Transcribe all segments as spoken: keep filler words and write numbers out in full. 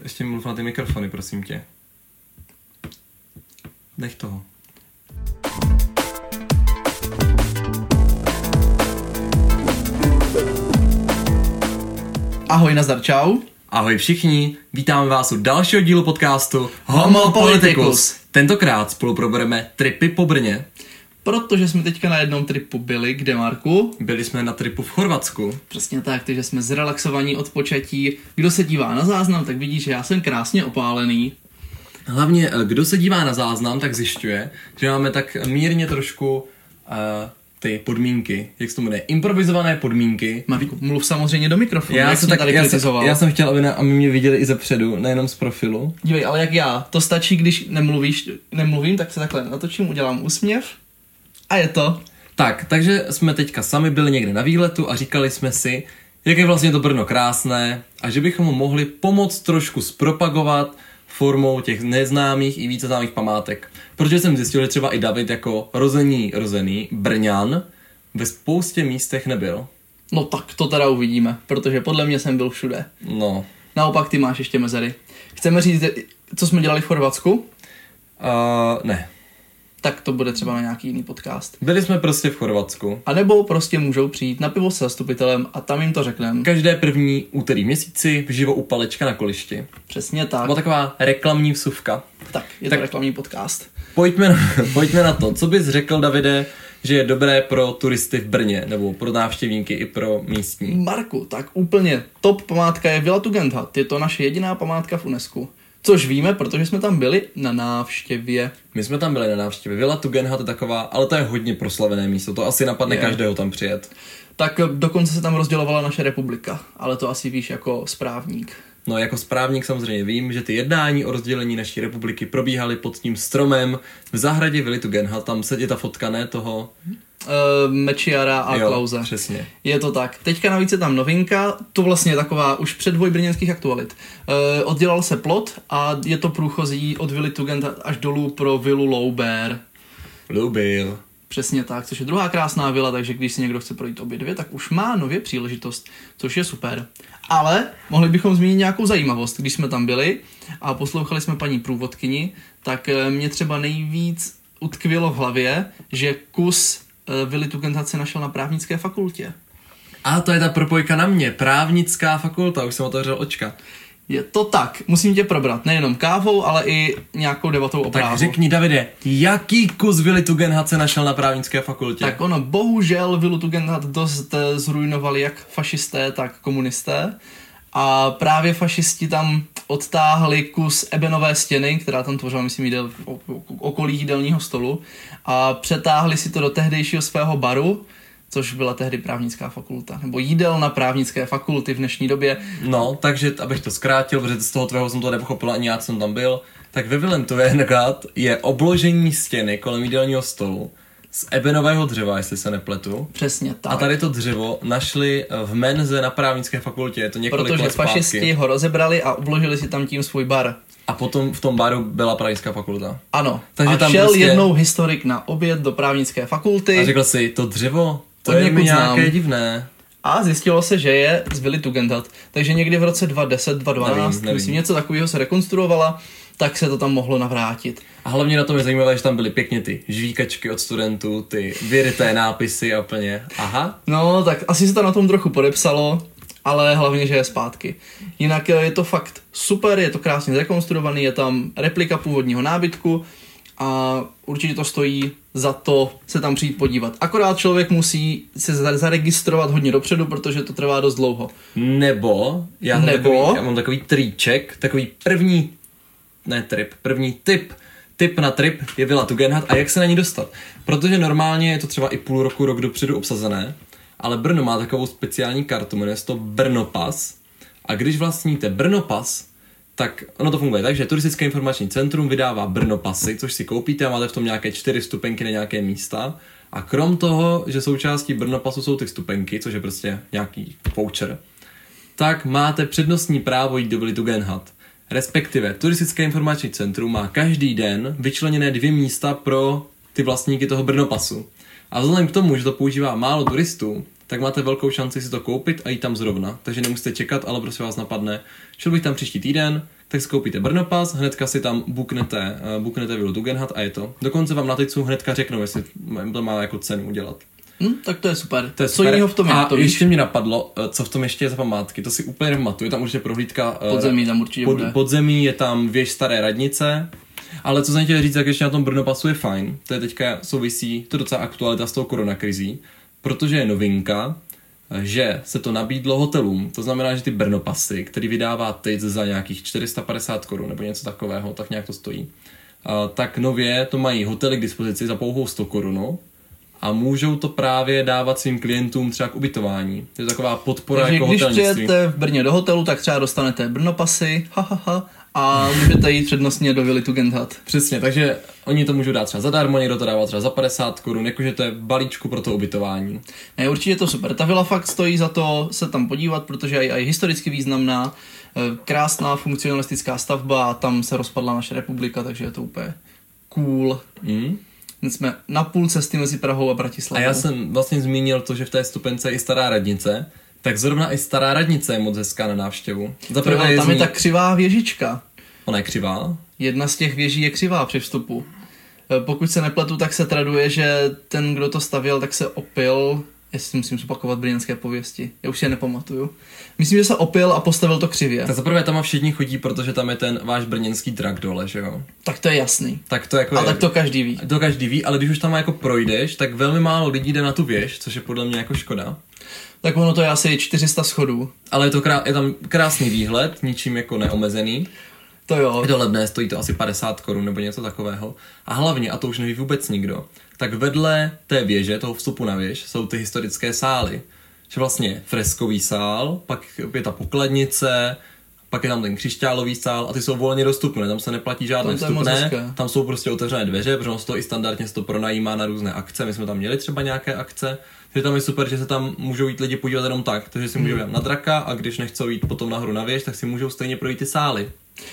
ještě mluv na ty mikrofony, prosím tě. Nech toho. Ahoj, nazdar, čau. Ahoj všichni, vítáme vás u dalšího dílu podcastu Homo Politicus. Tentokrát spolu probereme tripy po Brně. Protože jsme teďka na jednom tripu byli, kde, Marku? Byli jsme na tripu v Chorvatsku. Přesně tak, takže jsme zrelaxovaní od počatí. Kdo se dívá na záznam, tak vidí, že já jsem krásně opálený. Hlavně, kdo se dívá na záznam, tak zjišťuje, že máme tak mírně trošku uh, ty podmínky, jak se to jmenuje, improvizované podmínky. Marku, mluv samozřejmě do mikrofonu, já jak jsem tak, tady já kritizoval. Jsem, já jsem chtěl, aby, na, aby mě viděli i zepředu, nejenom z profilu. Dívej, ale jak já, to stačí, když nemluvíš, nemluvím, tak se takhle natočím, udělám úsměv a je to. Tak, takže jsme teďka sami byli někde na výletu a říkali jsme si, jak je vlastně to Brno krásné a že bychom mu mohli pomoct trošku zpropagovat formou těch neznámých i více známých památek. Protože jsem zjistil, že třeba i David jako rození rozený Brňan ve spoustě místech nebyl. No tak to teda uvidíme, protože podle mě jsem byl všude. No. Naopak ty máš ještě mezery. Chceme říct, co jsme dělali v Chorvatsku? Uh, ne. Tak to bude třeba na nějaký jiný podcast. Byli jsme prostě v Chorvatsku. A nebo prostě můžou přijít na pivo s zastupitelem a tam jim to řekneme. Každé první úterý měsíci vživo u Palečka na Kolišti. Přesně tak. Byla taková reklamní vsuvka. Tak, je tak to reklamní podcast. Pojďme na, pojďme na to. Co bys řekl, Davide, že je dobré pro turisty v Brně, nebo pro návštěvníky i pro místní? Marku, tak úplně top památka je Villa Tugendhat. Je to naše jediná památka v UNESCO. Což víme, protože jsme tam byli na návštěvě. My jsme tam byli na návštěvě. Villa Tugendhat je taková, ale to je hodně proslavené místo. To asi napadne je. Každého tam přijet. Tak dokonce se tam rozdělovala naše republika, ale to asi víš jako správník. No jako správník samozřejmě vím, že ty jednání o rozdělení naší republiky probíhaly pod tím stromem v zahradě Vily Tugendhat. Tam sedí ta fotka, ne, toho... Uh, Mečiara a jo, Klause. Přesně. Je to tak. Teďka navíc je tam novinka, to vlastně je taková už předvoj brněnských aktualit. Uh, oddělal se plot a je to průchozí od Vily Tugendhat až dolů pro vilu Louber. Loubil. Přesně tak, což je druhá krásná vila, takže když si někdo chce projít obě dvě, tak už má nově příležitost, což je super. Ale mohli bychom zmínit nějakou zajímavost. Když jsme tam byli a poslouchali jsme paní průvodkyni, tak mě třeba nejvíc utkvělo v hlavě, že kus Vily Tugendhat se našel na právnické fakultě. A to je ta propojka na mě, právnická fakulta, už jsem otevřel očka. Je to tak, musím tě probrat, nejenom kávou, ale i nějakou debatou o právu. Tak řekni, Davide, jaký kus Vily Tugendhat se našel na právnické fakultě? Tak ono, bohužel Vilu Tugendhat dost zrujnovali jak fašisté, tak komunisté. A právě fašisti tam odtáhli kus ebenové stěny, která tam tvořila, myslím, jídel, okolí jídelního stolu, a přetáhli si to do tehdejšího svého baru, což byla tehdy právnická fakulta, nebo jídelna právnické fakulty v dnešní době. No, takže abych to zkrátil, protože z toho tvého jsem to nepochopil, ani já jsem tam byl, tak ve Vile Tugendhat je obložení stěny kolem jídelního stolu z ebenového dřeva, jestli se nepletu. Přesně tak. A tady to dřevo našli v menze na právnické fakultě, je to několik Protože let zpátky. fašisti ho rozebrali a obložili si tam tím svůj bar. A potom v tom baru byla právnická fakulta. Ano. Takže a tam šel prostě... jednou historik na oběd do právnické fakulty. A řekl si, to dřevo, to Od je mi někud nějaké znám. divné. A zjistilo se, že je z Vily Tugendhat. Takže někdy v roce dva tisíce deset, dva tisíce dvanáct, nevím, nevím. myslím, něco takového se rekonstruovala, tak se to tam mohlo navrátit. A hlavně na tom je zajímavé, že tam byly pěkně ty žvíkačky od studentů, ty vyryté nápisy a úplně, aha. No, tak asi se to na tom trochu podepsalo, ale hlavně, že je zpátky. Jinak je to fakt super, je to krásně zrekonstruovaný, je tam replika původního nábytku a určitě to stojí za to se tam přijít podívat. Akorát člověk musí se zaregistrovat hodně dopředu, protože to trvá dost dlouho. Nebo, já mám, Nebo? Takový, já mám takový triček, takový první, ne trip, první tip, tip na trip je Villa Tugendhat a jak se na ní dostat. Protože normálně je to třeba i půl roku, rok dopředu obsazené, ale Brno má takovou speciální kartu, jmenuje se to Brnopas. A když vlastníte Brnopas, tak ono to funguje tak, že Turistické informační centrum vydává Brnopasy, což si koupíte a máte v tom nějaké čtyři stupenky na nějaké místa. A krom toho, že součástí Brnopasu jsou ty stupenky, což je prostě nějaký voucher, tak máte přednostní právo jít do Vily Tugendhat. Respektive Turistické informační centrum má každý den vyčleněné dvě místa pro ty vlastníky toho Brnopasu. A vzhledem k tomu, že to používá málo turistů, tak máte velkou šanci si to koupit a jít tam zrovna. Takže nemusíte čekat, ale prostě vás napadne, šel bych tam příští týden, tak si koupíte Brnopas, hnedka si tam booknete, uh, booknete vilu Tugendhat a je to. Dokonce vám na Ticu hnedka řeknou, jestli to má jako cenu udělat. Hm, tak to je super. To je Co super. jiného v tom je? A To ještě víš? mě napadlo, uh, co v tom ještě je za památky, to si úplně nepamatuju, je tam určitě prohlídka uh, Podzemí tam určitě pod, bude. podzemí, je tam věž staré radnice, ale co jsem chtěl říct, jak ještě na tom Brnopasu je fajn, to je teďka souvisí, to je docela aktualita s tou koronakrizí, protože je novinka, že se to nabídlo hotelům, to znamená, že ty Brnopasy, který vydává teď za nějakých čtyři sta padesát korun nebo něco takového, tak nějak to stojí, tak nově to mají hotely k dispozici za pouhou sto korun a můžou to právě dávat svým klientům třeba k ubytování. To je taková podpora Takže jako když hotelnictví. přijete v Brně do hotelu, tak třeba dostanete Brnopasy, ha, ha, ha, a můžete jít přednostně do vily Tugendhat. Přesně, takže oni to můžou dát třeba zadarmo, někdo to dává třeba za padesát korun, jakože to je v balíčku pro to ubytování. Ne, určitě je to super. Ta vila fakt stojí za to se tam podívat, protože je i historicky významná, krásná funkcionalistická stavba, tam se rozpadla naše republika, takže je to úplně cool. Mm. Jsme na půl cesty mezi Prahou a Bratislavou. A já jsem vlastně zmínil to, že v té stupence je i stará radnice, tak zrovna i stará radnice je moc hezká na návštěvu. Za To jo, prvé je tam z ní... je ta křivá věžička. Ona je křivá. Jedna z těch věží je křivá při vstupu. Pokud se nepletu, tak se traduje, že ten, kdo to stavěl, tak se opil, jestli musím zopakovat brněnské pověsti, já už si je nepamatuju. Myslím, že se opil a postavil to křivě. Tak za prvé tam všichni chodí, protože tam je ten váš brněnský drak dole, že jo? Tak to je jasný. Tak to jako A je... tak to každý ví. To každý ví, ale když už tam jako projdeš, tak velmi málo lidí jde na tu věž, což je podle mě jako škoda. Tak ono to je asi čtyři sta schodů. Ale je, to krá... je tam krásný výhled, ničím jako neomezený. To jo. Je to levné, stojí to asi padesát korun nebo něco takového. A hlavně, a to už neví vůbec nikdo, tak vedle té věže, toho vstupu na věž, jsou ty historické sály. Že vlastně freskový sál, pak je ta pokladnice, pak je tam ten křišťálový sál a ty jsou volně dostupné, tam se neplatí žádné Tam to je moc vstupné, hezké. tam jsou prostě otevřené dveře, protože ono se to i standardně se to pronajímá na různé akce, my jsme tam měli třeba nějaké akce, takže tam je super, že se tam můžou jít lidi podívat jenom tak, takže si můžou jít na draka a když nechcou jít potom nahoru na věž, tak si můžou stejně projít ty sály.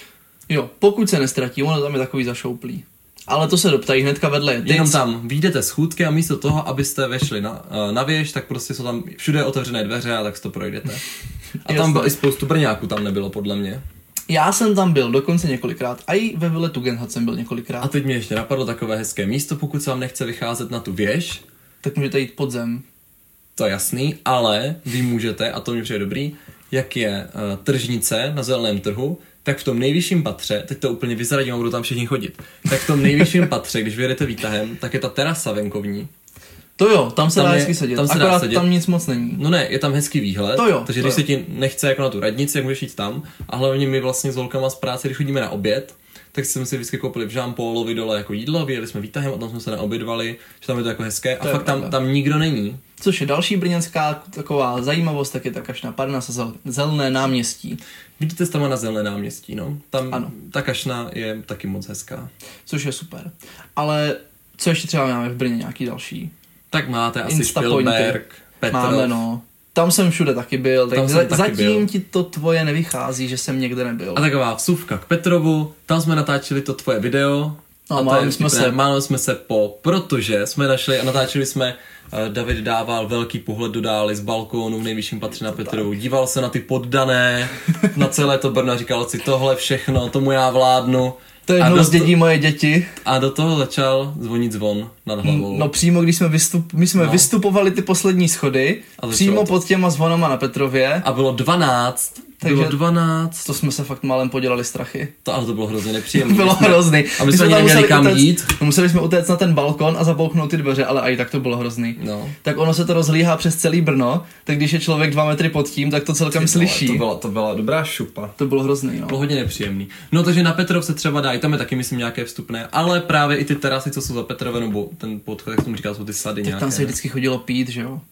Jo, pokud se nestratí, ono tam je takový zašouplý. Ale to se doptají hnedka vedle. je Jenom Tic. tam výjdete schůdky a místo toho, abyste vešli na, na věž, tak prostě jsou tam všude otevřené dveře a tak si to projdete. A tam Jasně. bylo i spoustu Brňáků, tam nebylo podle mě. Já jsem tam byl dokonce několikrát. A i ve vile Tugendhat jsem byl několikrát. A teď mě ještě napadlo takové hezké místo, pokud se vám nechce vycházet na tu věž, Tak můžete jít pod zem. to je jasný, ale vy můžete, a to mě přijde dobrý, jak je uh, tržnice na zeleném trhu, tak v tom nejvyšším patře, teď to úplně vyzradím a budou tam všichni chodit, tak v tom nejvyšším patře, když vyjedete výtahem, tak je ta terasa venkovní. To jo, tam se Tam dá je- hezky sedět. tam se dá Akorát sedět. tam nic moc není. No ne, je tam hezký výhled, To jo, takže to když jo. se ti nechce jako na tu radnici, jak můžeš jít tam, a hlavně my vlastně s holkama z práce, když chodíme na oběd, tak jsme si vždycky koupili v Jean Paulovi dole jako jídlo, vyjeli jsme výtahem a tam jsme se naobědvali, že tam je to jako hezké a To je fakt tam, pravda. tam nikdo není. Což je další brněnská taková zajímavost, tak je ta Kašna Parnas a zel- zelené náměstí. Vidíte tam na zelené náměstí, no. Tam Ano. ta kašna je taky moc hezká. Což je super. Ale co ještě třeba máme v Brně nějaký další? Tak máte asi Instapointy. Spielberg, Petrov. Máme no. Tam jsem všude taky byl, tak Tam jsem za- taky zatím byl. ti to tvoje nevychází, že jsem někde nebyl. A taková vsuvka k Petrovu, tam jsme natáčeli to tvoje video. No, a to málem je jsme vtipné, se- málem jsme se po, protože jsme našli a natáčeli jsme, uh, David dával velký pohled do dály z balkónu v nejvyšším patře na Petrovu. Díval se na ty poddané, na celé to Brno, říkal si tohle všechno, tomu já vládnu. to a jednou do z dědí moje děti. A do toho začal zvonit zvon nad hlavou. No přímo, když jsme, vystup, my jsme No. vystupovali ty poslední schody, A začalo přímo to. pod těma zvonama na Petrově, A bylo dvanáct. Takže- Bylo dvanáct. to jsme se fakt málem podělali strachy. To, ale to bylo hrozně nepříjemné. Bylo hrozný. A my jsme ani tam neměli museli kam utéct- jít. Museli jsme utéct na ten balkon a zabouchnout ty dveře, ale i tak to bylo hrozný. No. Tak ono se to rozlíhá přes celý Brno, tak když je člověk dva metry pod tím, tak to celkem slyší. To byla, to byla dobrá šupa. To bylo hrozný, no. Bylo hodně nepříjemný. No takže na Petrov se třeba dá, i tam je taky myslím nějaké vstupné, ale právě i ty terasy, co jsou za Petrove, nebo ten podchod, jak jsem říkal, jsou ty sady Tak nějaké. tam se vždycky chodilo pít, že jo?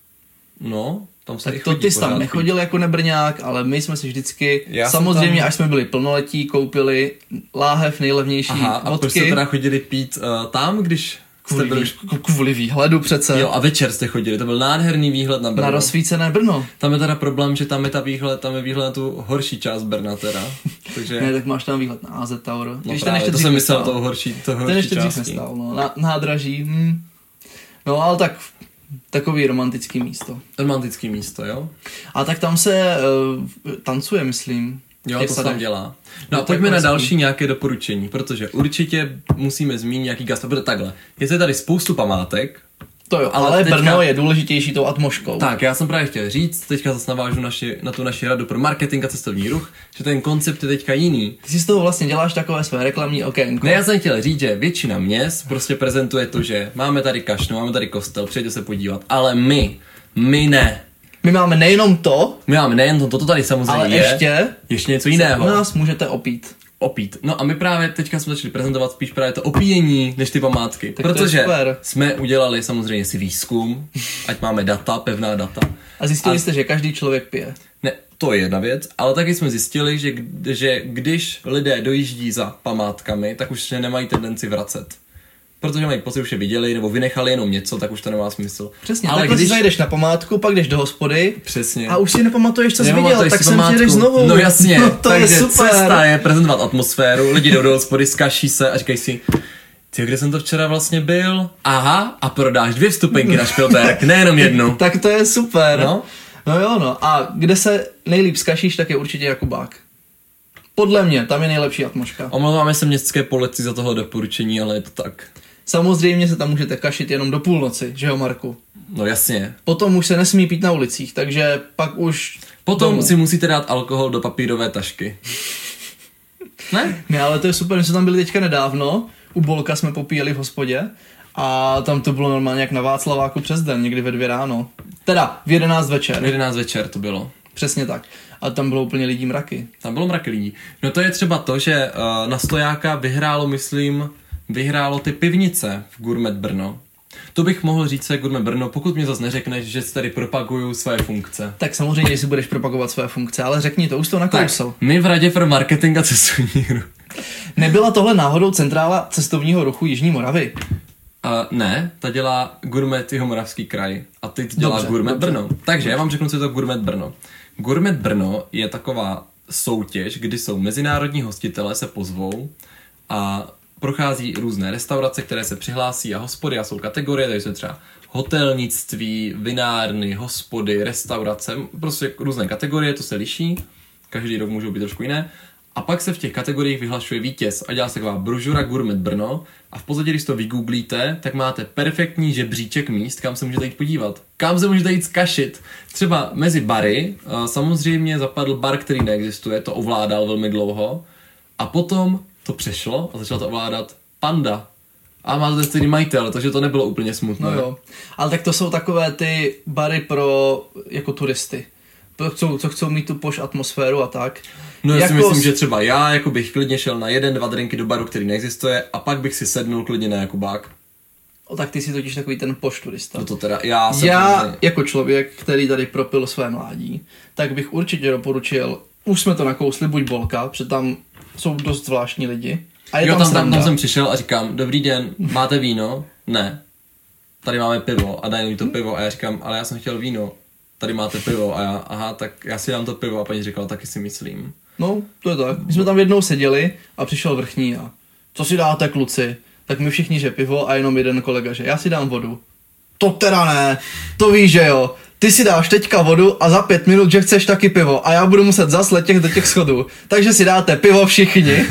No, tam se i Tak to chodí ty jsi tam pořád nechodil jako nebrňák, ale my jsme si vždycky, Já jsem samozřejmě tam- až jsme byli plnoletí, koupili láhev nejlevnější Aha, a proč jste vodky. teda chodili pít uh, tam, když jste Kvůli, byli... vý, kvůli výhledu přece. Jo, a večer jste chodili, to byl nádherný výhled na Brno. Na rozsvícené Brno. Tam je teda problém, že tam je ta výhled, tam je výhled na tu horší část Brna teda. Takže... Ne, tak máš tam výhled na A Z Tower. no Když ten právě, ještě to dřív jsem myslel nestál. toho horší, toho Ten horší ještě dřív části. nestál, no. Na, nádraží, hm. No, ale tak takový romantický místo. Romantický místo, jo? A tak tam se uh, tancuje, myslím. Jo, těch to se tam sadech. dělá. No No, a to pojďme je na hezký. další nějaké doporučení, protože určitě musíme zmínit nějaký gastro, protože takhle, je to tady spoustu památek. To jo, Ale ale, ale teďka- Brno je důležitější tou atmoškou. Tak, já jsem právě chtěl říct, teďka zase navážu naši, na tu naši radu pro marketing a cestovní ruch, že ten koncept je teďka jiný. Ty si z toho vlastně děláš takové své reklamní okénko. Ne, já jsem chtěl říct, že většina měst prostě prezentuje to, že máme tady kašnu, máme tady kostel, přijďte se podívat, ale my, my ne. My máme nejenom to, My máme nejen to, toto tady samozřejmě ale je, ještě ještě něco se jiného. u nás můžete opít. Opít. No a my právě teďka jsme začali prezentovat spíš právě to opíjení, než ty památky. Tak to je protože super. jsme udělali samozřejmě si výzkum, ať máme data, pevná data. A zjistili A- jste, že každý člověk pije. Ne, to je jedna věc, ale taky jsme zjistili, že, k- že když lidé dojíždí za památkami, tak už se nemají tendenci vracet. Protože mají pocit, že už je viděli, nebo vynechali jenom něco, tak už to nemá smysl. Přesně, ale takhle když... si zajdeš na památku, pak jdeš do hospody Přesně. a už si nepamatuješ, co jsi viděl, Nepamatuješ tak si sem památku. přijdeš znovu. No jasně, No, to takže je super. cesta je prezentovat atmosféru, lidi jdou do hospody, zkaší se a říkají si, ty, kde jsem to včera vlastně byl? Aha, a prodáš dvě vstupenky na Špilberk, nejenom jednu. Tak to je super. No. No jo, no. A kde se nejlíp zkašíš, tak je určitě Jakubák. Podle mě, tam je nejlepší atmosféra. Omlouváme se městské policii za toho doporučení, ale je to tak. Samozřejmě se tam můžete kašit jenom do půlnoci, že jo, Marku? No jasně. Potom už se nesmí pít na ulicích, takže pak už... Potom domů. si musíte dát alkohol do papírové tašky. Ne? Ne, ale to je super, my jsme tam byli teďka nedávno, u Bolka jsme popíjeli v hospodě a tam to bylo normálně jak na Václaváku přes den, někdy ve dvě ráno. Teda v jedenáct V večer, jedenáct večer to bylo. přesně tak. A tam bylo úplně lidí mraky. Tam bylo mraky lidí. No to je třeba to, že uh, na stojáka vyhrálo, myslím, vyhrálo ty pivnice v Gourmet Brno. To bych mohl říct se Gourmet Brno, pokud mě zase neřekneš, že si tady propaguju své funkce. Tak samozřejmě, že si budeš propagovat své funkce, ale řekni to, už to Tak, nakousl. my v Radě pro marketing a cestovní ruch. Nebyla tohle náhodou centrála cestovního ruchu Jižní Moravy? Uh, ne, ta dělá Gourmet Jihomoravský kraj a teď dělá Dobře, Gourmet dobře. Brno. Takže já vám řeknu, co je to Gourmet Brno. Gourmet Brno je taková soutěž, kdy jsou mezinárodní hostitelé se pozvou a prochází různé restaurace, které se přihlásí a hospody a jsou kategorie, takže jsou třeba hotelnictví, vinárny, hospody, restaurace, prostě různé kategorie, to se liší, každý rok můžou být trošku jiné. A pak se v těch kategoriích vyhlašuje vítěz a dělá se taková brožura Gourmet Brno a v podstatě, když to vygooglíte, tak máte perfektní žebříček míst, kam se můžete jít podívat. Kam se můžete jít zkašit. Třeba mezi bary, a samozřejmě zapadl bar, který neexistuje, to ovládal velmi dlouho a potom to přešlo a začal to ovládat Panda. A má to ten stejný majitel, takže to nebylo úplně smutné. No jo, ale tak to jsou takové ty bary pro jako turisty. To chcou, co chcou mít tu poš atmosféru a tak. No já si Jako myslím, s- že třeba já jako bych klidně šel na jeden, dva drinky do baru, který neexistuje a pak bych si sednul klidně na Jakubák. O, tak ty jsi totiž takový ten poš turista. No to teda já jsem... Já samozřejmě- jako člověk, který tady propil své mládí, tak bych určitě doporučil, už jsme to nakousli, buď Bolka, protože tam jsou dost zvláštní lidi. A je Jo, tam, tam, tam, sranda. tam jsem přišel a říkám, dobrý den, máte víno? Ne. Tady máme pivo a dají mi to pivo a já říkám, ale já jsem chtěl víno. Tady máte pivo a já, aha, tak já si dám to pivo a paní říkala, taky si myslím. No, to je tak. My jsme tam jednou seděli a přišel vrchní a co si dáte, kluci? Tak my všichni, že pivo a jenom jeden kolega, že já si dám vodu. To teda ne, to víš, že jo. Ty si dáš teďka vodu a za pět minut, že chceš taky pivo a já budu muset zas letět do těch schodů. Takže si dáte pivo všichni.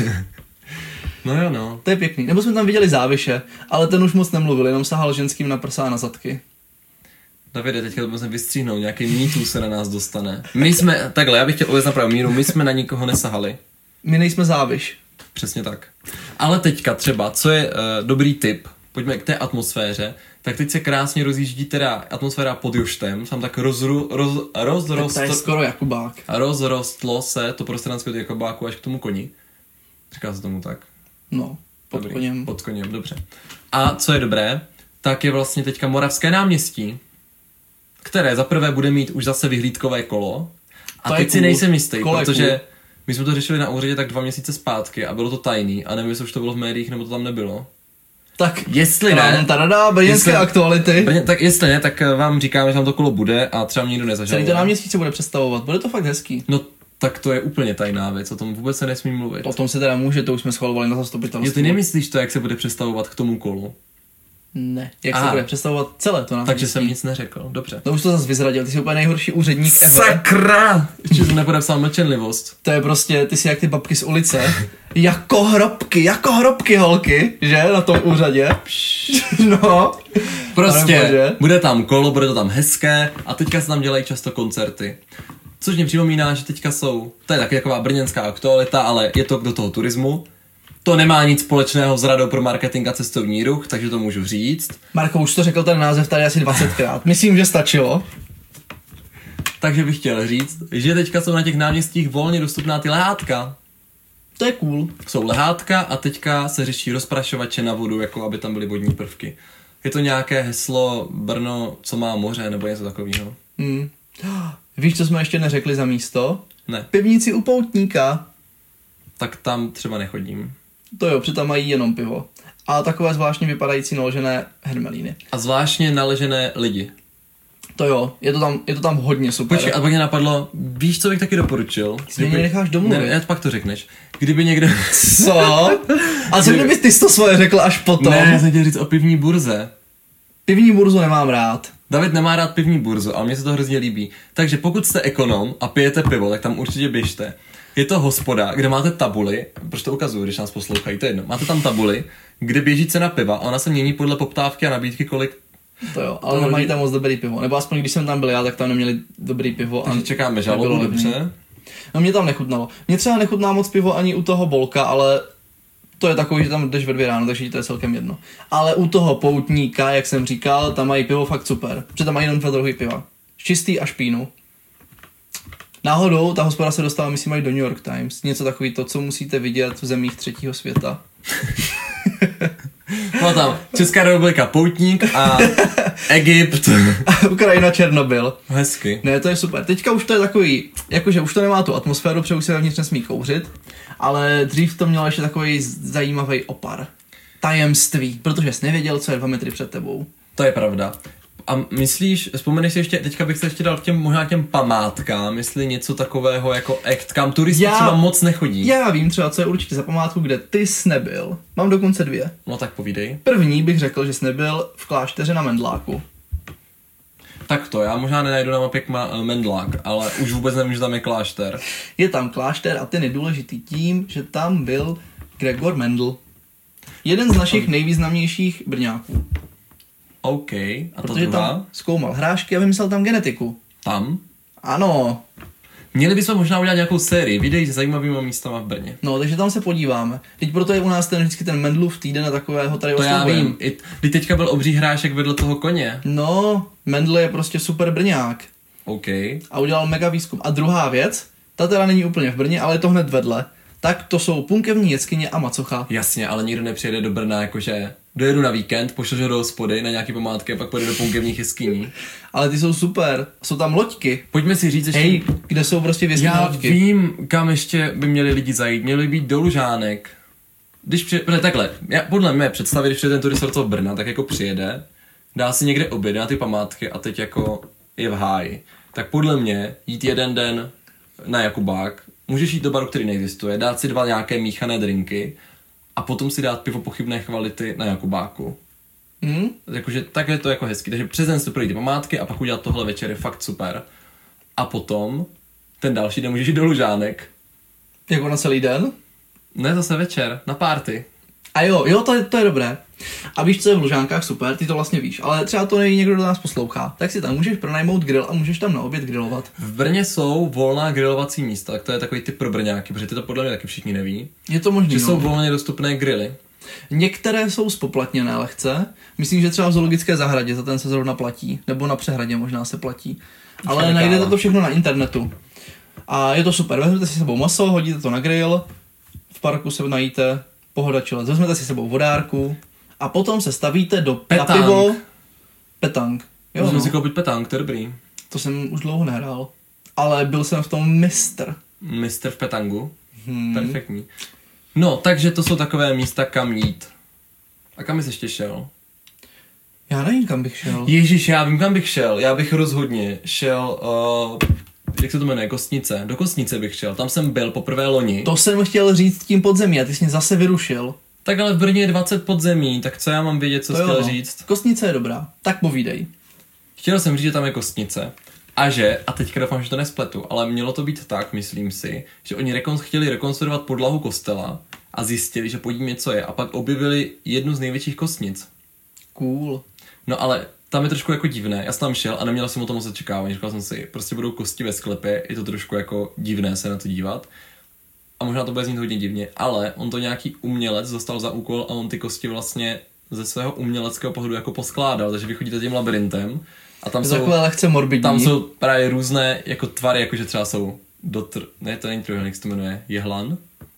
No jo, no. To je pěkný. Nebo jsme tam viděli Záviše, ale ten už moc nemluvil, jenom sahal ženským na prsa a na zadky. Davide, teďka to musím vystříhnout, nějaký mýtus se na nás dostane. My jsme, takhle, já bych chtěl uvést na pravou míru, my jsme na nikoho nesahali. My nejsme Záviš. Přesně tak. Ale teďka třeba, co je uh, dobrý tip, pojďme k té atmosféře, tak teď se krásně rozjíždí teda atmosféra pod Juštem, tam tak rozru, roz, Tak rozrost, to je skoro Jakubák. rozrostlo se to prostranství od Jakubáku až k tomu koni. Říká se tomu tak. No, pod Dobrý, koněm. Pod koněm, dobře. A co je dobré, tak je vlastně teďka Moravské náměstí, které za prvé bude mít už zase vyhlídkové kolo. A To je teď si cool. nejsem jistý, Kolo je protože cool. my jsme to řešili na úřadě tak dva měsíce zpátky a bylo to tajný a nevím, jestli už to bylo v médiích nebo to tam nebylo. Tak, Jestli ne, Tadadá, brněnské jestli- aktuality. Brně- tak jestli ne, tak vám říkáme, že tam to kolo bude a třeba mě nikdo Celý nezažaluje. to náměstí se bude představovat, bude to fakt hezký. No tak to je úplně tajná věc, o tom vůbec se nesmí mluvit. O tom se teda může, to už jsme schvalovali na Jo, zastupitelstvu. ty nemyslíš to, jak se bude představovat k tomu kolu? Ne. Jak Aha. se bude představovat celé to náměstí? Takže jsem nic neřekl, dobře. No už to zase vyzradil, ty jsi úplně nejhorší úředník ever. Sakra! Ještě jsem nepodepsal mlčenlivost. To je prostě, ty jsi jak ty babky z ulice. Jako hrobky, jako hrobky holky, že? Na tom úřadě. No. Prostě, bude tam kolo, bude to tam hezké a teďka se tam dělají často koncerty. Což mě připomíná, že teďka jsou, to je taky taková brněnská aktualita, ale je to do toho turismu. To nemá nic společného s radou pro marketing a cestovní ruch, takže to můžu říct. Marko, už to řekl ten název tady asi dvacetkrát. Myslím, že stačilo. Takže bych chtěl říct, že teďka jsou na těch náměstích volně dostupná ty lehátka. To je cool. Jsou lehátka a teďka se řeší rozprašovače na vodu, jako aby tam byly vodní prvky. Je to nějaké heslo Brno, co má moře, nebo něco takového. Hmm. Víš, co jsme ještě neřekli za místo? Ne. Pivnici u Poutníka. Tak tam třeba nechodím. To jo, protože tam mají jenom pivo. A takové zvláštně vypadající naložené hermelíny. A zvláštně naležené lidi. To jo, je to tam, je to tam hodně super. Počkej, a pak mě napadlo, víš, co bych taky doporučil? Ty mě necháš domluvit. Ne, já pak to řekneš. Kdyby někde... Co? A co kdyby ty jsi to svoje řekl až potom? Ne, já jsem chtěl říct o pivní burze. Pivní burzu nemám rád. David nemá rád pivní burzu, ale mně se to hrozně líbí. Takže pokud jste ekonom a pijete pivo, tak tam určitě běžte. Je to hospoda, kde máte tabuli, proč to ukazuju, když nás poslouchají, to je jedno. Máte tam tabuli, kde běží cena piva a ona se mění podle poptávky a nabídky, kolik. To jo, ale nemají tam moc dobrý pivo. Nebo aspoň když jsem tam byl já, tak tam neměli dobrý pivo. Takže čekáme žalobu, dobře. No mě tam nechutnalo. Mě třeba nechutná moc pivo ani u toho Bolka, ale to je takový, že tam jdeš ve dvě ráno, takže to je celkem jedno. Ale u toho Poutníka, jak jsem říkal, tam mají pivo fakt super. Protože tam mají jenom dva druhy piva. Čistý a špínu. Náhodou ta hospoda se dostala, myslím, i do New York Times. Něco takový to, co musíte vidět v zemích třetího světa. No tam Česká republika, Poutník a Egypt. A Ukrajina, Černobyl. Hezky. Ne, to je super. Teďka už to je takový, jakože už to nemá tu atmosféru, protože už se vevnitř nesmí kouřit, ale dřív to mělo ještě takový zajímavý opar. Tajemství, protože jsi nevěděl, co je dva metry před tebou. To je pravda. A myslíš, vzpomeneš si ještě, teďka bych se ještě dal k těm, možná k těm památkám, jestli něco takového jako act, kam turisti já, třeba moc nechodí. Já vím třeba, co je určitě za památku, kde ty jsi nebyl. Mám dokonce dvě. No tak povídej. První bych řekl, že jsi nebyl v klášteře na Mendláku. Tak to, já možná nenajdu na mapě uh, Mendlák, ale už vůbec nevím, že tam je klášter. Je tam klášter a ten je důležitý tím, že tam byl Gregor Mendel. Jeden z našich nejvýznamnějších Brňáků. OK, a ta protože druhá? Tam zkoumal hrášky a vymyslel tam genetiku. Tam? Ano. Měli bychom možná udělat nějakou sérii videí s zajímavými místama v Brně. No, takže tam se podíváme. Teď proto je u nás ten vždycky ten Mendlův týden a takového tady To já vím. I, když teďka byl obří hrášek vedle toho koně. No, Mendl je prostě super Brňák. OK. A udělal mega výzkum. A druhá věc, ta teda není úplně v Brně, ale je to hned vedle. Tak to jsou Punkevní jeskyně a Macocha. Jasně, ale nikdo nepřijede do Brna, jakože dojedu na víkend, pošleš ho do hospody na nějaký památky a pak pojede do Punkevních jeskyní. Ale ty jsou super, jsou tam loďky. Pojďme si říct ještě... Hej, kde jsou prostě v jeskyni Já loďky. vím, kam ještě by měli lidi zajít, měli by být do Lužánek. Když přijede, takhle, já, podle mé představy, když přijede ten turista do toho Brna, tak jako přijede, dá si někde oběd na ty památky a teď jako je v háji. Tak podle mě jít jeden den na Jakubák, můžeš jít do baru, který neexistuje, dát si dva nějaké míchané drinky a potom si dát pivo pochybné kvality na Jakubáku. Hmm? Jakože tak je to jako hezký, takže přes den si projít ty památky a pak udělat tohle večer je fakt super. A potom ten další den můžeš jít do Lužánek. Jako na celý den? Ne, zase večer, na party. A jo, jo, to je, to je dobré. A víš, co je v Lužánkách super, ty to vlastně víš, ale třeba to neví někdo, kdo nás poslouchá. Tak si tam můžeš pronajmout grill a můžeš tam na oběd grillovat. V Brně jsou volná grilovací místa, tak to je takový typ pro Brňáky, protože ty to podle mě taky všichni neví. Je to možný, že no. jsou volně dostupné grily. Některé jsou spoplatněné lehce. Myslím, že třeba v zoologické zahradě za ten se zrovna platí. Nebo na přehradě možná se platí. Ale Všade najdete káva. to všechno na internetu. A je to super. Vezmete si sebou maso, hodíte to na grill, v parku se najíte, pohoda čilec. Vezmete si sebou vodárku a potom se stavíte do Petang. na pivo. Petang. Jo, Můžeme no. si koupit petang, to je dobrý. To jsem už dlouho nehrál. Ale byl jsem v tom mistr. Mistr v petangu. Hmm. Perfektní. No, takže to jsou takové místa, kam jít. A kam jsi ještě šel? Já nevím, kam bych šel. Ježíš, já vím, kam bych šel. Já bych rozhodně šel, uh, jak se to jmenuje, Kostnice. Do Kostnice bych šel. Tam jsem byl poprvé loni. To jsem chtěl říct tím podzemí a ty jsi mě zase vyrušil. Tak ale v Brně je dvacet podzemí, tak co já mám vědět, co To jsi chtěl jo, no. říct? Kostnice je dobrá, tak povídej. Chtěl jsem říct, že tam je kostnice. A že, a teďka doufám, že to nespletu, ale mělo to být tak, myslím si, že oni rekon, chtěli rekonstruovat podlahu kostela a zjistili, že pod ním něco je a pak objevili jednu z největších kostnic. Cool. No ale tam je trošku jako divné, já jsem tam šel a neměl jsem o tom moc očekávání, říkal jsem si, prostě budou kosti ve sklepě, je to trošku jako divné se na to dívat. A možná to bude znít hodně divně, ale on to nějaký umělec dostal za úkol a on ty kosti vlastně ze svého uměleckého pohledu jako poskládal, takže vy chodíte tím labirintem a tam Je jsou, takové lehce morbidní. tam jsou právě různé jako tvary, jakože třeba jsou dotr... Ne, to není trojuhelník, se to jmenuje jehlan.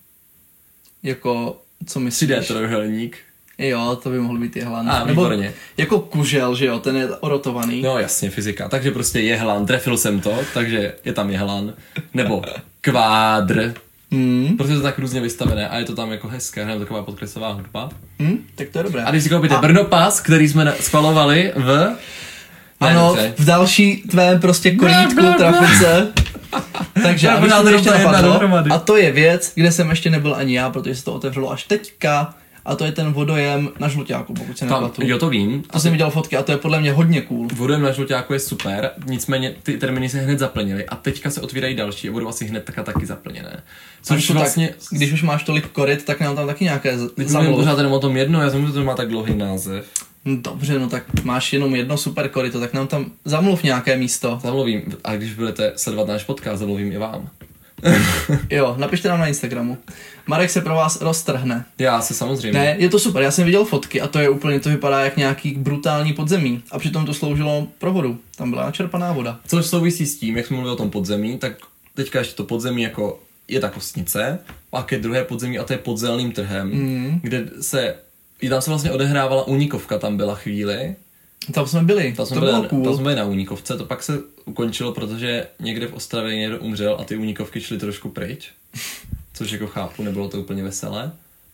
Jako, co myslíš? tři dé trojuhelník. Jo, to by mohl být jehlan. A, Nebo výborně. jako kužel, že jo, ten je orotovaný. No jasně, fyzika. Takže prostě jehlan, trefil jsem to, takže je tam jehlan. Nebo kvádr. Hmm. Protože je to tak různě vystavené a je to tam jako hezké, hned taková podkresová hudba. Hmm, tak to je dobré. A když si koupíte A- Brno Pass, který jsme na- schvalovali v... Ne, Ano, dobře. v další tvém prostě korítku trafice. Takže, Já aby možná se to to ještě dostane jedna napadlo, dohromady. a to je věc, kde jsem ještě nebyl ani já, protože se to otevřelo až teďka, a to je ten vodojem na Žluťáku, pokud se Tam, nepletu. jo, to vím. To jsem viděl fotky a to je podle mě hodně cool. Vodem na Žluťáku je super, nicméně ty termíny se hned zaplnily a teďka se otvírají další a budou asi hned taka taky zaplněné. Což to vlastně... tak, když už máš tolik koryt, tak nám tam taky nějaké z- Teď mluvím zamluv. pořád jenom o tom jedno, já jsem že to má tak dlouhý název. Hm, Dobře, no tak máš jenom jedno super koryto, tak nám tam zamluv nějaké místo. Zamluvím, a když budete sledovat náš podcast, zamluvím i vám. Jo, napište nám na Instagramu. Marek se pro vás roztrhne. Já se samozřejmě. Ne, je to super, já jsem viděl fotky a to je úplně, to vypadá jak nějaký brutální podzemí. A přitom to sloužilo pro vodu. Tam byla načerpaná voda. Což souvisí s tím, jak jsme mluvili o tom podzemí, tak teďka ještě to podzemí jako je ta kostnice, pak je druhé podzemí a to je pod zeleným trhem, Mm. kde se, i tam se vlastně odehrávala Únikovka, tam byla chvíli. Tam jsme byli, Tam jsme, to byli, bylo na- cool. tam jsme byli na Únikovce, to pak se ukončilo, protože někde v Ostravě někdo umřel a ty Únikovky šly trošku pryč, což jako chápu, nebylo to úplně veselé.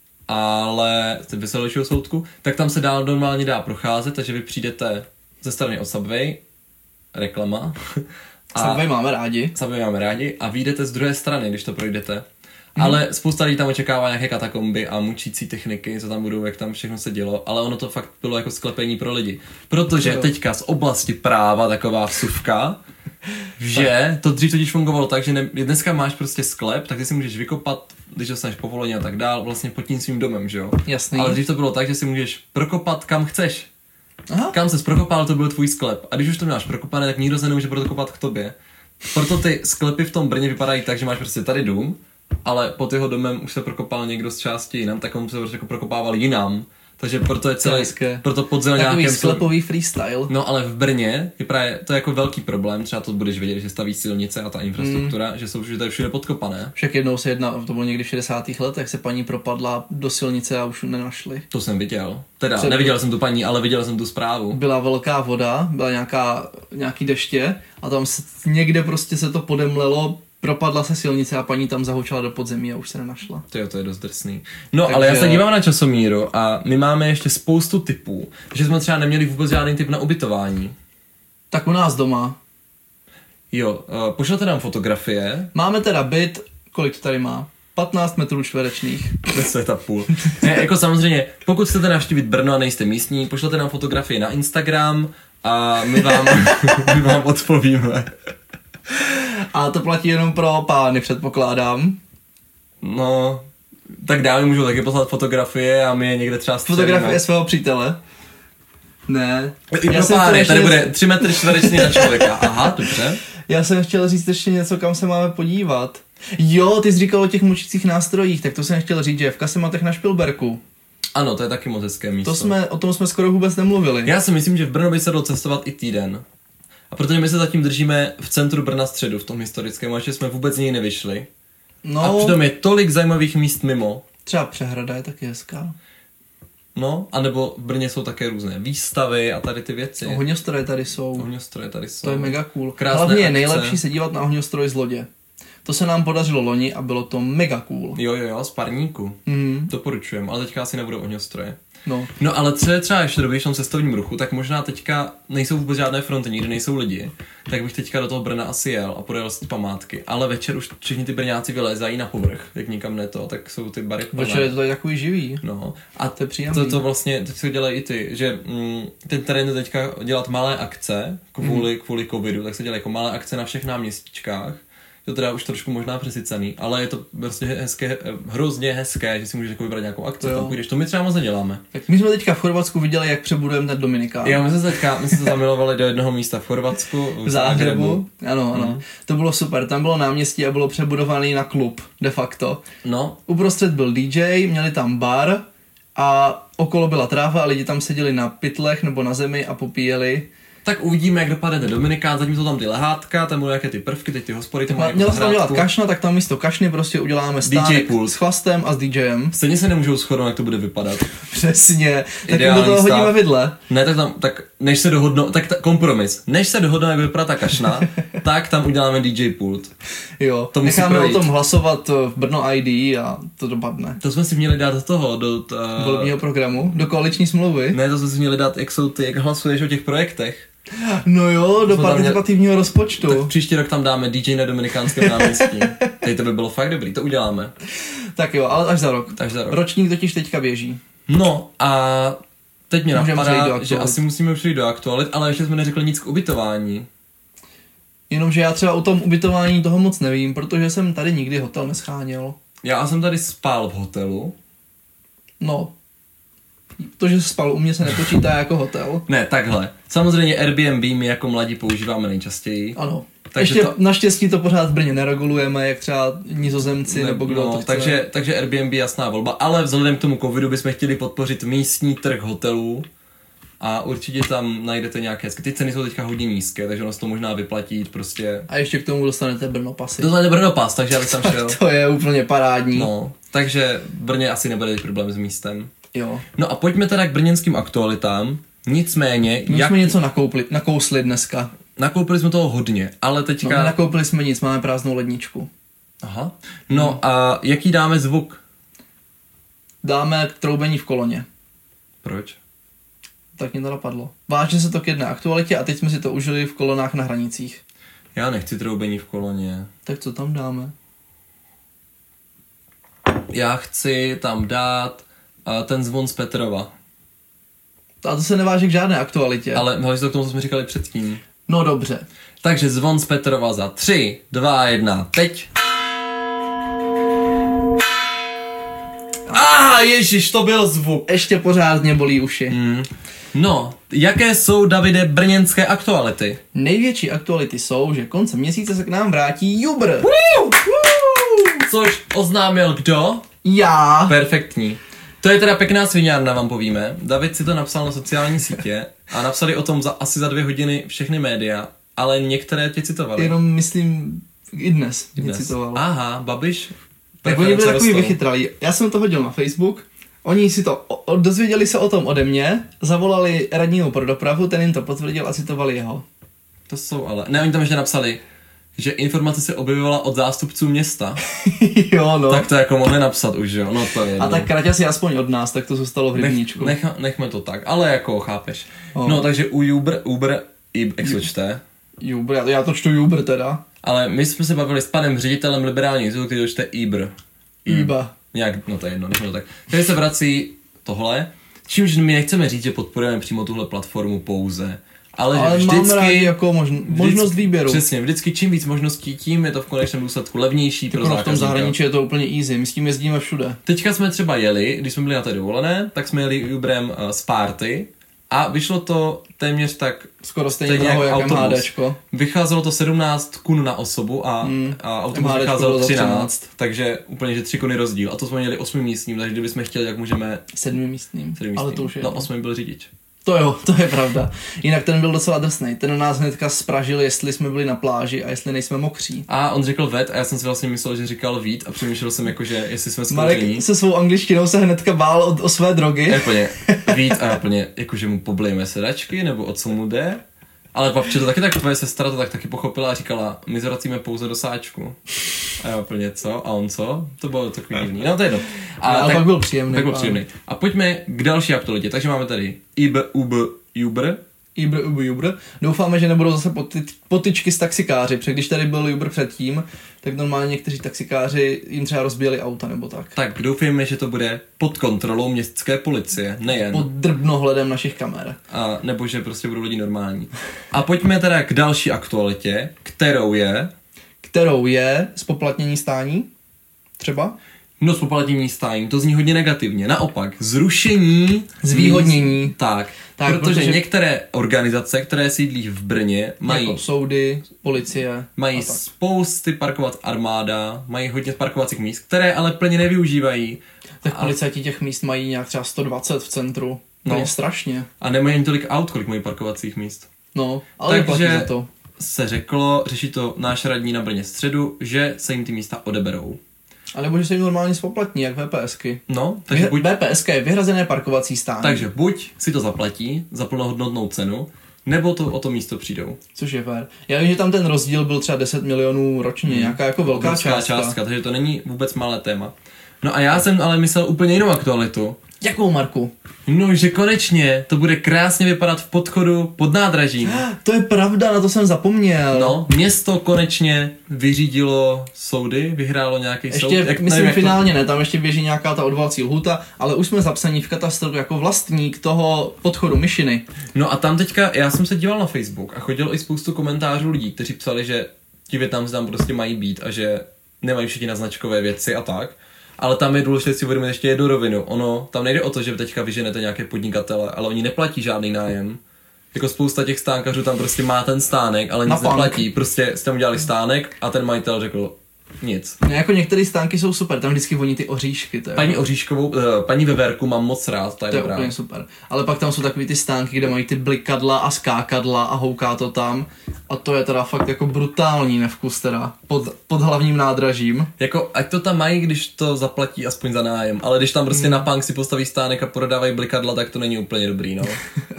Ale z veselějšího soudku, tak tam se dál normálně dá procházet, takže vy přijdete ze strany od Subway, reklama. Subway máme rádi. Subway máme rádi a vyjdete z druhé strany, když to projdete. Hmm. Ale spousta lidí tam očekává nějaké katakomby a mučící techniky, co tam budou, jak tam všechno se dělo, ale ono to fakt bylo jako sklepení pro lidi. Protože Jo. teďka z oblasti práva taková vsuvka, že to dřív totiž fungovalo tak, že ne, dneska máš prostě sklep, tak ty si můžeš vykopat, když dostaneš povolení a tak dál, vlastně pod tím svým domem, že jo? Jasný. Ale dřív to bylo tak, že si můžeš prokopat kam chceš. Aha. Kam ses prokopal, to byl tvůj sklep. A když už to máš prokopané, tak nikdo se nemůže prokopat k tobě. Proto ty sklepy v tom Brně vypadají tak, že máš prostě tady dům, ale pod jeho domem už se prokopal někdo z části jinam, tak on se prostě jako prokopával jinam. Takže proto je celé, hezké. proto pod Takový zeleňákem jsou... sklepový freestyle. No ale v Brně je právě to je jako velký problém, třeba to budeš vědět, že staví silnice a ta infrastruktura, mm. že jsou že to je všude podkopané. Však jednou se jedna, to bylo někdy v šedesátých letech, se paní propadla do silnice a už ji nenašli. To jsem viděl. Teda, Před- neviděl jsem tu paní, ale viděl jsem tu zprávu. Byla velká voda, byla nějaká, nějaký deště a tam se, někde prostě se to podemlelo, propadla se silnice a paní tam zahučala do podzemí a už se nenašla. Tyjo, to je dost drsný. No, Takže- ale já se dívám na časomíru a my máme ještě spoustu typů, že jsme třeba neměli vůbec žádný typ na ubytování. Tak u nás doma. Jo, uh, pošlete nám fotografie, Máme teda byt, kolik to tady má? patnáct metrů čtverečných. deset a půl. Ne, jako samozřejmě, pokud chcete navštívit Brno a nejste místní, pošlete nám fotografie na Instagram a my vám, my vám odpovíme. A to platí jenom pro pány, předpokládám. No, tak dámy můžou taky poslat fotografie a my je někde třeba střelíme. Fotografie svého přítele. Ne. I pro jsem páry, chtěl tady ještě- bude tři metry čtvereční na člověka. Aha, dobře. Já jsem chtěl říct ještě něco, kam se máme podívat. Jo, ty jsi říkal o těch mučících nástrojích, tak to jsem chtěl říct, že je v kasematech na Špilberku. Ano, to je taky moc hezké místo. To jsme, o tom jsme skoro vůbec nemluvili. Já si myslím, že v Brno by se dalo cestovat i týden. A protože my se zatím držíme v centru Brna středu, v tom historickém, a ještě jsme vůbec z něj nevyšli. No, A přitom je tolik zajímavých míst mimo. třeba Přehrada je taky hezká. No, anebo v Brně jsou také různé výstavy a tady ty věci. Ohňostroje tady jsou. Ohňostroje tady jsou. To je mega cool. Krásné Hlavně je akce. nejlepší se dívat na ohňostroj z lodě. To se nám podařilo loni a bylo to mega cool. Jo, jo, jo, z parníku. Mm. Doporučujem, ale teďka asi nebudou ohňostroje. No. No ale co je třeba ještě dobrý v tom cestovním ruchu, tak možná teďka nejsou vůbec žádné fronty, nikdy nejsou lidi, tak bych teďka do toho Brna asi jel a podjel si památky, ale večer už všichni ty Brňáci vylézají na povrch, jak nikam ne to, tak jsou ty bary plné. Večer je to tady takový živý. No a To je příjemný. to, to vlastně, teď se dělají i ty, že mm, ten trend teďka dělat malé akce kvůli, mm. kvůli covidu, tak se dělají jako malé akce na všech náměstíčkách. To teda už trošku možná přesycený, ale je to prostě hezké, hrozně hezké, že si můžeš jako vybrat nějakou akci, tam půjdeš, to my třeba moc neděláme. Tak my jsme teďka v Chorvatsku viděli, jak přebudujeme ten Dominikán. Jo, my jsme se teďka, my jsme se zamilovali do jednoho místa v Chorvatsku, v Záhřebu. Ano, ano. Mm. To bylo super, tam bylo náměstí a bylo přebudovaný na klub, de facto. No. Uprostřed byl D J, měli tam bar a okolo byla tráva a lidi tam seděli na pytlech nebo na zemi a popíjeli. Tak uvidíme, jak dopadne ten Dominikán, zatím jsou tam ty lehátka, tam budou jaké ty prvky, teď ty hospody, tam mají měl se tam dělat kašna, tak tam místo kašny prostě uděláme stánek s chlastem a s DJem. Stejně se nemůžou shodnout, jak to bude vypadat. Přesně, tak jim do toho stav. Hodíme vidle. Ne, tak tam, tak než se dohodnou, tak ta, kompromis, než se dohodnou, jak vypadá ta kašna, tak tam uděláme D J pult. Jo, to necháme o tom hlasovat v Brno I D a to dopadne. To jsme si měli dát do toho, do... Uh... volebního programu, do koaliční smlouvy. Ne, to jsme si měli dát, jak jsou ty, jak hlasuješ o těch projektech. No jo, do participativního rozpočtu. Tak příští rok tam dáme D J na Dominikánském náměstí. Teď to by bylo fakt dobrý, to uděláme. Tak jo, ale až za rok. Až za rok. Ročník totiž teďka běží. No a teď mě Můžeme napadá, že asi musíme přijít do aktualit, ale ještě jsme neřekli nic k ubytování. Jenomže já třeba o tom ubytování toho moc nevím, protože jsem tady nikdy hotel nescháněl. Já jsem tady spal v hotelu. No. To, že spal u mě se nepočítá jako hotel. Ne, takhle. Samozřejmě Airbnb my jako mladí používáme nejčastěji. Ano. Takže ještě to... naštěstí to pořád v Brně neregulujeme, jak třeba Nizozemci ne, nebo kdo no, to chce. Takže, takže Airbnb jasná volba, ale vzhledem k tomu covidu bychom chtěli podpořit místní trh hotelů a určitě tam najdete nějaké hezky. Ty ceny jsou teďka hodně nízké, takže ono se to možná vyplatí prostě. A ještě k tomu dostanete Brno pasy. Dostanete Brno pas, takže já bych tam šel. To je úplně parádní. No, takže v Brně asi nebude problém s místem. Jo. No a pojďme teda k brněnským aktualitám. Nicméně... My jak... jsme něco nakoupli, nakousli dneska. Nakoupili jsme toho hodně, ale teďka... No, nakoupili jsme nic, máme prázdnou ledničku. Aha. No hmm. a jaký dáme zvuk? Dáme troubení v koloně. Proč? Tak mě to napadlo. Vážně se to k jedné aktualitě a teď jsme si to užili v kolonách na hranicích. Já nechci troubení v koloně. Tak co tam dáme? Já chci tam dát uh, ten zvon z Petrova. A to se neváží k žádné aktualitě. Ale hlavně to k tomu, co jsme říkali předtím. No dobře. Takže zvon z Petrova za tři, dva, jedna, teď. Ah, ježiš, to byl zvuk. Ještě pořád mě bolí uši. Mm. No, jaké jsou, Davide, brněnské aktuality? Největší aktuality jsou, že koncem měsíce se k nám vrátí Jubr. Woo! Woo! Což oznámil kdo? Já. Perfektní. To je teda pěkná sviňárna, vám povíme. David si to napsal na sociální sítě a napsali o tom za, asi za dvě hodiny všechny média, ale některé tě citovali. Jenom myslím, i dnes, dnes. mě citoval. Aha, Babiš. Tak oni byli takový vychytralí. Já jsem to hodil na Facebook, oni si to, o, dozvěděli se o tom ode mě, zavolali radního pro dopravu, ten jim to potvrdil a citovali jeho. To jsou ale, ne, oni tam ještě napsali, že informace se objevovala od zástupců města. Jo, no. Tak to jako mohli napsat už, jo, no to je. A no. Tak Kraťa si aspoň od nás, tak to zůstalo v rybníčku. Nech, nech, nechme to tak, ale jako chápeš. Oh. No, takže u Uber, Uber, jak se čte? Uber, já to, já to čtu Uber teda. Ale my jsme se bavili s panem ředitelem liberální institutu, který to čte Uber. Uber. Nějak, no to je jedno, nechme to tak. Takže se vrací tohle, čímž my nechceme říct, že podporujeme přímo tuhle platformu pouze. Ale, ale že vždycky, rádi jako možn- možnost vždycky, výběru. Přesně, vždycky čím víc možností, tím je to v konečném důsledku levnější pro zákazníka. V tom zahraničí je to úplně easy, my s tím jezdíme všude. Teďka jsme třeba jeli, když jsme byli na té dovolené, tak jsme jeli Uberem uh, z Party a vyšlo to téměř tak... Skoro stejně draho jak MHDčko. Vycházelo to sedmnáct kun na osobu a, mm, a autobus vycházelo třináct, takže úplně že tři kuny rozdíl. A to jsme měli osmimístním, takže kdybychom chtěli, jak můžeme... Sedmimístním, ale to už je. No, osmi byl řidič. To jo, to je pravda. Jinak ten byl docela drsnej. Ten nás hnedka spražil, jestli jsme byli na pláži a jestli nejsme mokří. A on řekl vet a já jsem si vlastně myslel, že říkal vít a přemýšlel jsem jako, že jestli jsme skutečný. Marek se svou angličtinou se hnedka bál o, o své drogy. Je plně vít a plně, jakože mu poblejeme sedačky nebo o co mu jde. Ale babče to taky tak, tvoje sestra to tak taky pochopila a říkala, my zvracíme pouze do sáčku. A já úplně co? A on co? To bylo takový divný. No to je jedno. A ale tak, pak byl příjemný. Tak byl příjemný. A pojďme k další aktualitě. Takže máme tady I B U B Uber. Uber, Uber, Uber. Doufáme, že nebudou zase poty, potyčky s taxikáři, protože když tady byl Uber předtím, tak normálně někteří taxikáři jim třeba rozbíjeli auta nebo tak. Tak doufejme, že to bude pod kontrolou městské policie, nejen. Pod drbnohledem našich kamer. A nebo že prostě budou lidi normální. A pojďme teda k další aktualitě, kterou je... Kterou je zpoplatnění stání, třeba? No zpoplatnění stání, to zní hodně negativně. Naopak, zrušení... Zvýhodnění. Míst, tak, tak, protože, protože některé organizace, které sídlí v Brně, mají... Jako soudy, policie. Mají spousty parkovat armáda, mají hodně parkovacích míst, které ale plně nevyužívají. Tak a... policajti těch míst mají nějak třeba sto dvacet v centru. To no. je strašně. A nemají ani tolik aut, kolik mají parkovacích míst. No, ale platí za to. Se řeklo, řeší to náš radní na Brně středu, že se jim ty místa odeberou. A nebo že se jim normálně spoplatní, jak VPSky. No, takže buď... V P S K je vyhrazené parkovací stání. Takže buď si to zaplatí za plnohodnotnou cenu, nebo to o to místo přijdou. Což je fér. Já vím, že tam ten rozdíl byl třeba deset milionů ročně, hmm. nějaká jako velká částka. částka. Takže to není vůbec malé téma. No a já jsem ale myslel úplně jinou aktualitu. Jakou, Marku? No, že konečně to bude krásně vypadat v podchodu pod nádražím. To je pravda, na to jsem zapomněl. No, město konečně vyřídilo soudy, vyhrálo nějaký ještě, soud. Ještě, myslím nevím, finálně to... ne, tam ještě běží nějaká ta odvolací lhůta, ale už jsme zapsaní v katastru jako vlastník toho podchodu Myšiny. No a tam teďka, já jsem se díval na Facebook a chodilo i spoustu komentářů lidí, kteří psali, že ti Vietnamci tam prostě mají být a že nemají všichni na značkové věci a tak. Ale tam je důležité si uvědomit ještě jednu rovinu. Ono, tam nejde o to, že teďka vyženete nějaké podnikatele, ale oni neplatí žádný nájem. Jako spousta těch stánkařů tam prostě má ten stánek, ale nic neplatí. Prostě jste mu dělali stánek a ten majitel řekl nic. No, jako některé stánky jsou super, tam vždycky voní ty oříšky. To je paní jako... Oříškovou, uh, paní Veverku mám moc rád, ta je, to je dobrá. úplně super. Ale pak tam jsou takový ty stánky, kde mají ty blikadla a skákadla a houká to tam. A to je teda fakt jako brutální nevkus teda, pod, pod hlavním nádražím. Jako, ať to tam mají, když to zaplatí aspoň za nájem, ale když tam prostě hmm. na punk si postaví stánek a prodávají blikadla, tak to není úplně dobrý, no.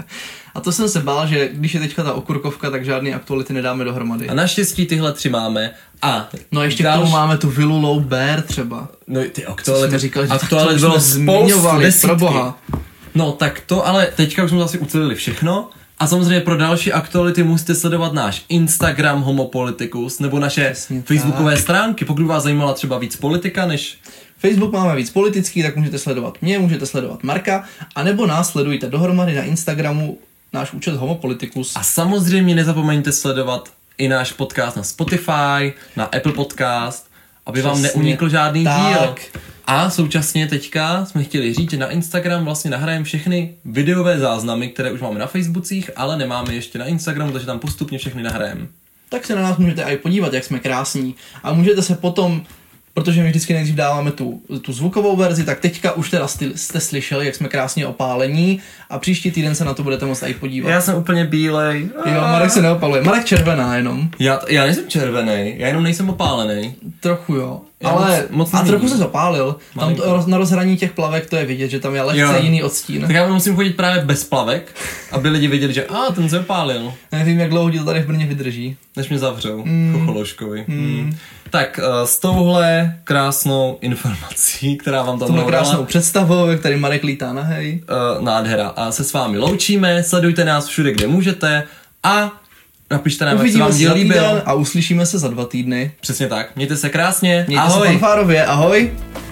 A to jsem se bál, že když je teďka ta okurkovka, tak žádný aktuality nedáme dohromady. A naštěstí tyhle tři máme. A no ještě další... k tomu máme tu vilu Low Bear třeba. No ty aktuality, říkali, že aktuality bylo zmiňovali, pro boha. No tak to, ale teďka už jsme zase ucelili všechno. A samozřejmě pro další aktuality musíte sledovat náš Instagram Homopoliticus nebo naše Přesně facebookové tak. stránky, pokud vás zajímala třeba víc politika než... Facebook máme víc politický, tak můžete sledovat mě, můžete sledovat Marka, anebo nás sledujte dohromady na Instagramu, náš účet Homopoliticus. A samozřejmě nezapomeňte sledovat i náš podcast na Spotify, na Apple Podcast, aby Přesně vám neunikl žádný tak. díl. A současně teďka jsme chtěli říct, že na Instagram vlastně nahrajeme všechny videové záznamy, které už máme na Facebookích, ale nemáme ještě na Instagramu, takže tam postupně všechny nahrajeme. Tak se na nás můžete i podívat, jak jsme krásní. A můžete se potom, protože my vždycky nejdřív dáváme tu, tu zvukovou verzi, tak teďka už teda jste, jste slyšeli, jak jsme krásně opálení a příští týden se na to budete moct i podívat. Já jsem úplně bílej. Jo, Marek se neopaluje. Marek červená jenom. Já, já nejsem červený, já jenom nejsem opálený. Trochu jo. Já ale moc, moc a trochu se zapálil. Tam to, na rozhraní těch plavek to je vidět, že tam je lehce jo. jiný odstín. Tak já musím chodit právě bez plavek, aby lidi viděli, že a ten se opálil. Nevím, jak dlouho díl tady v Brně vydrží. Než mě zavřou, mm. chochološkovi. Mm. Mm. Tak uh, s touhle krásnou informací, která vám tam Tohle krásnou představou, jak tady Marek lítá na hej. Uh, nádhera. A se s vámi loučíme, sledujte nás všude, kde můžete a napište nám, jak se vám díl líbil. A uslyšíme se za dva týdny. Přesně tak. Mějte se krásně. Mějte ahoj. se fanfárově. Ahoj.